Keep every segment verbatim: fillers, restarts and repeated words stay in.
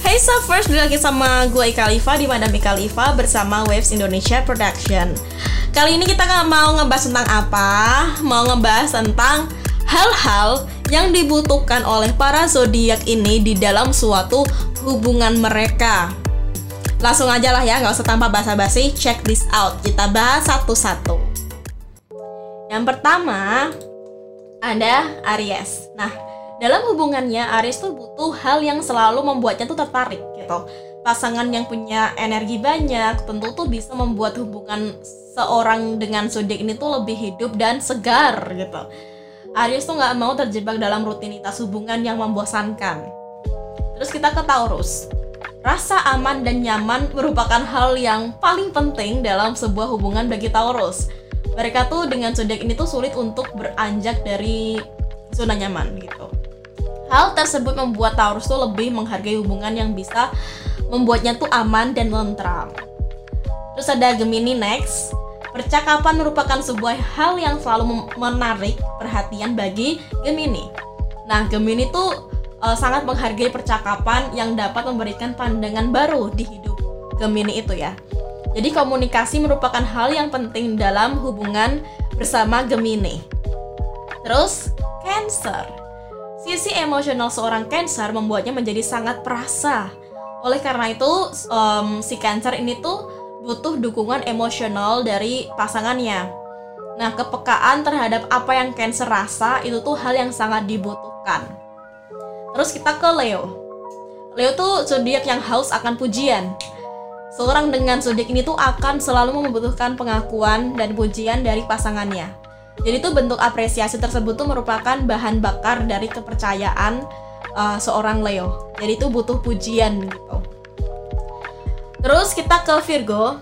Hey Suffers, balik lagi sama gue Ika Liva di Madam Ika Liva bersama Waves Indonesia Production. Kali ini kita nggak mau ngebahas tentang apa, mau ngebahas tentang hal-hal yang dibutuhkan oleh para zodiak ini di dalam suatu hubungan mereka. Langsung aja lah ya, nggak usah tanpa basa-basi, check this out. Kita bahas satu-satu. Yang pertama ada Aries. Nah, dalam hubungannya Aries tuh butuh hal yang selalu membuatnya tuh tertarik gitu. Pasangan yang punya energi banyak tentu tuh bisa membuat hubungan seorang dengan zodiak ini tuh lebih hidup dan segar gitu. Aries tuh nggak mau terjebak dalam rutinitas hubungan yang membosankan. Terus kita ke Taurus. Rasa aman dan nyaman merupakan hal yang paling penting dalam sebuah hubungan bagi Taurus. Mereka tuh dengan zodiak ini tuh sulit untuk beranjak dari zona nyaman gitu. Hal tersebut membuat Taurus tuh lebih menghargai hubungan yang bisa membuatnya tuh aman dan tentram. Terus ada Gemini next. Percakapan merupakan sebuah hal yang selalu menarik perhatian bagi Gemini. Nah, Gemini tuh uh, sangat menghargai percakapan yang dapat memberikan pandangan baru di hidup Gemini itu ya. Jadi komunikasi merupakan hal yang penting dalam hubungan bersama Gemini. Terus Cancer. Sisi emosional seorang Cancer membuatnya menjadi sangat perasa. Oleh karena itu, um, si Cancer ini tuh butuh dukungan emosional dari pasangannya. Nah, kepekaan terhadap apa yang Cancer rasa itu tuh hal yang sangat dibutuhkan. Terus kita ke Leo. Leo tuh zodiak yang haus akan pujian. Seorang dengan zodiak ini tuh akan selalu membutuhkan pengakuan dan pujian dari pasangannya. Jadi tuh bentuk apresiasi tersebut tuh merupakan bahan bakar dari kepercayaan uh, seorang Leo. Jadi tuh butuh pujian gitu. Terus kita ke Virgo.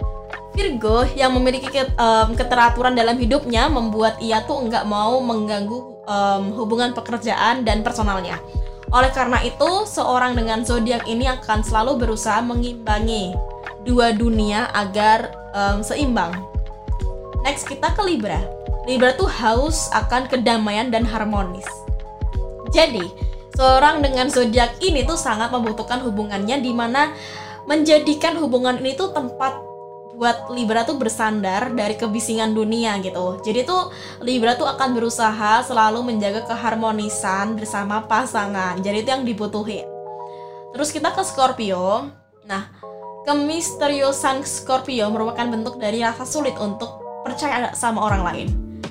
Virgo yang memiliki um, keteraturan dalam hidupnya membuat ia tuh nggak mau mengganggu um, hubungan pekerjaan dan personalnya. Oleh karena itu, seorang dengan zodiak ini akan selalu berusaha mengimbangi dua dunia agar um, seimbang. Next kita ke Libra. Libra tuh haus akan kedamaian dan harmonis. Jadi, seorang dengan zodiak ini tuh sangat membutuhkan hubungannya di mana menjadikan hubungan ini tuh tempat buat Libra tuh bersandar dari kebisingan dunia gitu. Jadi tuh Libra tuh akan berusaha selalu menjaga keharmonisan bersama pasangan. Jadi itu yang dibutuhin. Terus kita ke Scorpio. Nah, kemisteriusan Scorpio merupakan bentuk dari rasa sulit untuk percaya sama orang lain.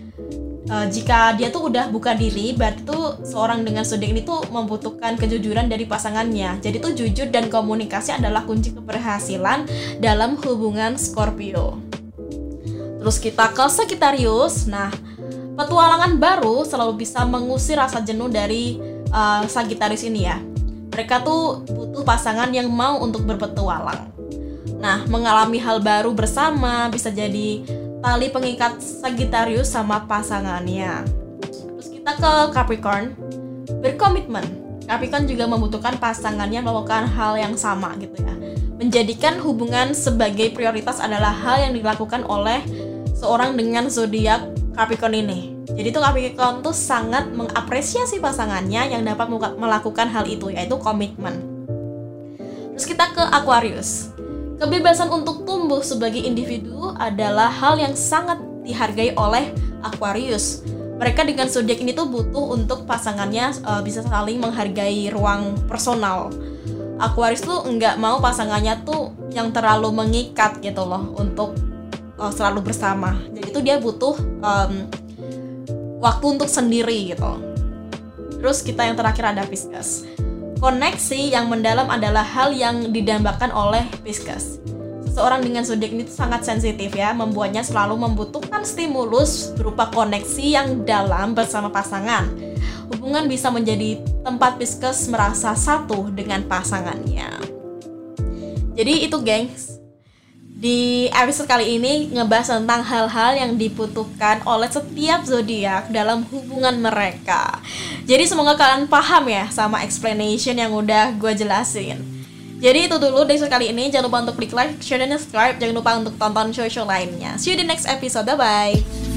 Uh, jika dia tuh udah buka diri, berarti tuh seorang dengan zodiak ini tuh membutuhkan kejujuran dari pasangannya. Jadi tuh jujur dan komunikasi adalah kunci keberhasilan dalam hubungan Scorpio. Terus kita ke Sagittarius. Nah, petualangan baru selalu bisa mengusir rasa jenuh dari uh, Sagittarius ini ya. Mereka tuh butuh pasangan yang mau untuk berpetualang. Nah, mengalami hal baru bersama bisa jadi tali pengikat Sagittarius sama pasangannya. Terus kita ke Capricorn. Berkomitmen. Capricorn juga membutuhkan pasangannya melakukan hal yang sama gitu ya. Menjadikan hubungan sebagai prioritas adalah hal yang dilakukan oleh seorang dengan zodiak Capricorn ini. Jadi tuh Capricorn tuh sangat mengapresiasi pasangannya yang dapat melakukan hal itu, yaitu komitmen. Terus kita ke Aquarius. Kebebasan untuk tumbuh sebagai individu adalah hal yang sangat dihargai oleh Aquarius. Mereka dengan zodiak ini tuh butuh untuk pasangannya uh, bisa saling menghargai ruang personal. Aquarius tuh nggak mau pasangannya tuh yang terlalu mengikat gitu loh untuk uh, selalu bersama. Jadi tuh dia butuh um, waktu untuk sendiri gitu. Terus kita yang terakhir ada Pisces. Koneksi yang mendalam adalah hal yang didambakan oleh Pisces. Seseorang dengan zodiak ini tuh sangat sensitif ya, membuatnya selalu membutuhkan stimulus berupa koneksi yang dalam bersama pasangan. Hubungan bisa menjadi tempat Pisces merasa satu dengan pasangannya. Jadi itu gengs, di episode kali ini ngebahas tentang hal-hal yang dibutuhkan oleh setiap zodiak dalam hubungan mereka. Jadi semoga kalian paham ya sama explanation yang udah gue jelasin. Jadi itu dulu dari episode kali ini. Jangan lupa untuk klik like, share, dan subscribe. Jangan lupa untuk tonton show-show lainnya. See you di next episode. Bye-bye.